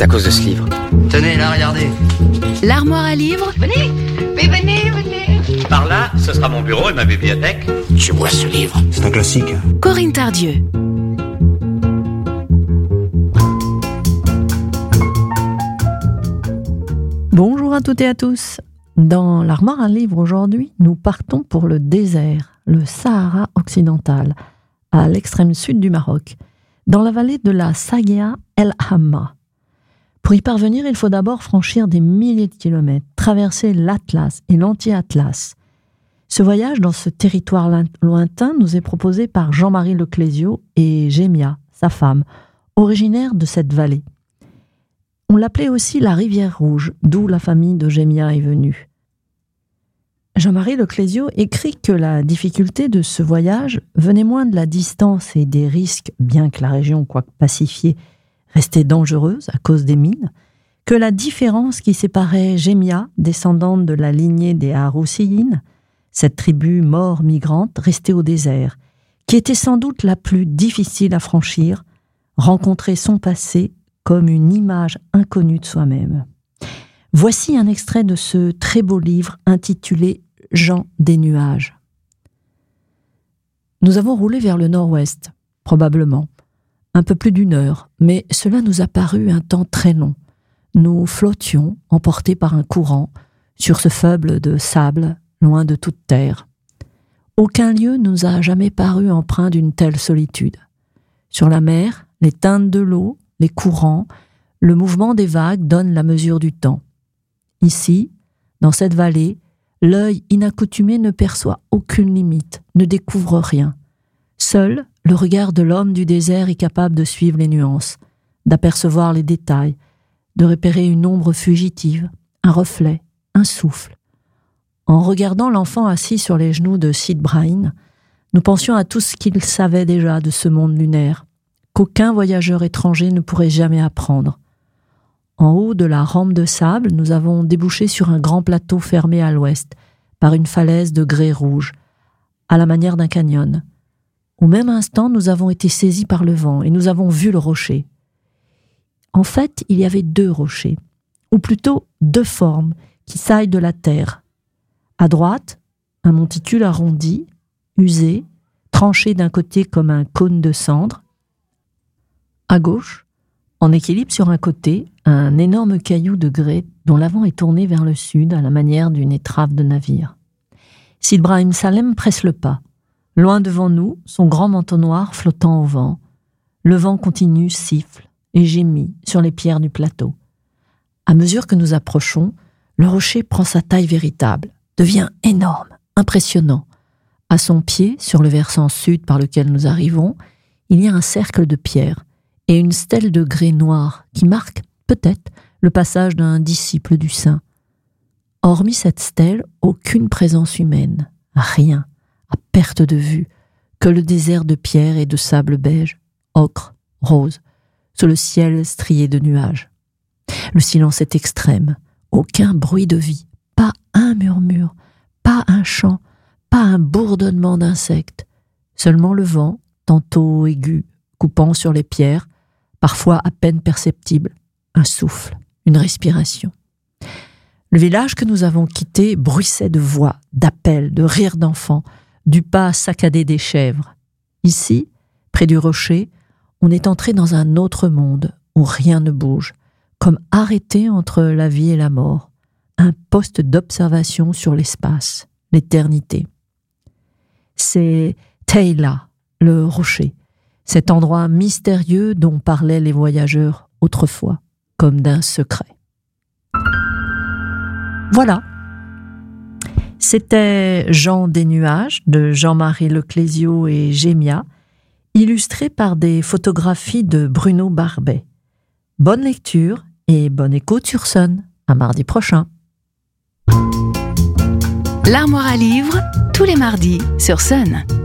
à cause de ce livre. Tenez, là, regardez. L'armoire à livres. Venez, mais venez. Par là, ce sera mon bureau et ma bibliothèque. Je vois ce livre. C'est un classique. Corinne Tardieu. Bonjour à toutes et à tous. Dans l'armoire à livres aujourd'hui, nous partons pour le désert, le Sahara occidental, à l'extrême sud du Maroc, dans la vallée de la Saghia El Hamma. Pour y parvenir, il faut d'abord franchir des milliers de kilomètres, traverser l'Atlas et l'anti-Atlas. Ce voyage dans ce territoire lointain nous est proposé par Jean-Marie Leclésio et Jémia, sa femme, originaire de cette vallée. On l'appelait aussi la rivière rouge, d'où la famille de Jémia est venue. Jean-Marie Leclésio écrit que la difficulté de ce voyage venait moins de la distance et des risques, bien que la région, quoique pacifiée, restait dangereuse à cause des mines, que la différence qui séparait Jémia, descendante de la lignée des Harousséines, cette tribu mort migrante restée au désert, qui était sans doute la plus difficile à franchir, rencontrer son passé comme une image inconnue de soi-même. Voici un extrait de ce très beau livre intitulé « Jean des nuages ». Nous avons roulé vers le nord-ouest, probablement, un peu plus d'1 heure, mais cela nous a paru un temps très long. Nous flottions, emportés par un courant, sur ce faible de sable, loin de toute terre. Aucun lieu nous a jamais paru empreint d'une telle solitude. Sur la mer, les teintes de l'eau, les courants, le mouvement des vagues donnent la mesure du temps. Ici, dans cette vallée, l'œil inaccoutumé ne perçoit aucune limite, ne découvre rien. Seul, le regard de l'homme du désert est capable de suivre les nuances, d'apercevoir les détails, de repérer une ombre fugitive, un reflet, un souffle. En regardant l'enfant assis sur les genoux de Sid Brahim, nous pensions à tout ce qu'il savait déjà de ce monde lunaire, qu'aucun voyageur étranger ne pourrait jamais apprendre. En haut de la rampe de sable, nous avons débouché sur un grand plateau fermé à l'ouest, par une falaise de grès rouge, à la manière d'un canyon. Au même instant, nous avons été saisis par le vent et nous avons vu le rocher. En fait, il y avait 2 rochers, ou plutôt 2 formes qui saillent de la terre. À droite, un monticule arrondi, usé, tranché d'un côté comme un cône de cendre. À gauche, en équilibre sur un côté, un énorme caillou de grès dont l'avant est tourné vers le sud à la manière d'une étrave de navire. Sid Brahim Salem presse le pas. Loin devant nous, son grand manteau noir flottant au vent. Le vent continu siffle et gémit sur les pierres du plateau. À mesure que nous approchons, le rocher prend sa taille véritable, devient énorme, impressionnant. À son pied, sur le versant sud par lequel nous arrivons, il y a un cercle de pierres et une stèle de grès noir qui marque peut-être le passage d'un disciple du saint. Hormis cette stèle, aucune présence humaine, rien, à perte de vue, que le désert de pierre et de sable beige, ocre, rose, sous le ciel strié de nuages. Le silence est extrême, aucun bruit de vie, pas un murmure, pas un chant, pas un bourdonnement d'insectes, seulement le vent, tantôt aigu, coupant sur les pierres, parfois à peine perceptible, un souffle, une respiration. Le village que nous avons quitté bruissait de voix, d'appels, de rires d'enfants, du pas saccadé des chèvres. Ici, près du rocher, on est entré dans un autre monde où rien ne bouge, comme arrêté entre la vie et la mort, un poste d'observation sur l'espace, l'éternité. C'est Teila, le rocher, cet endroit mystérieux dont parlaient les voyageurs autrefois, comme d'un secret. Voilà. C'était Jean des nuages de Jean-Marie Leclésio et Jémia, illustré par des photographies de Bruno Barbet. Bonne lecture et bonne écoute sur Sun. À mardi prochain. L'armoire à livres, tous les mardis sur Sun.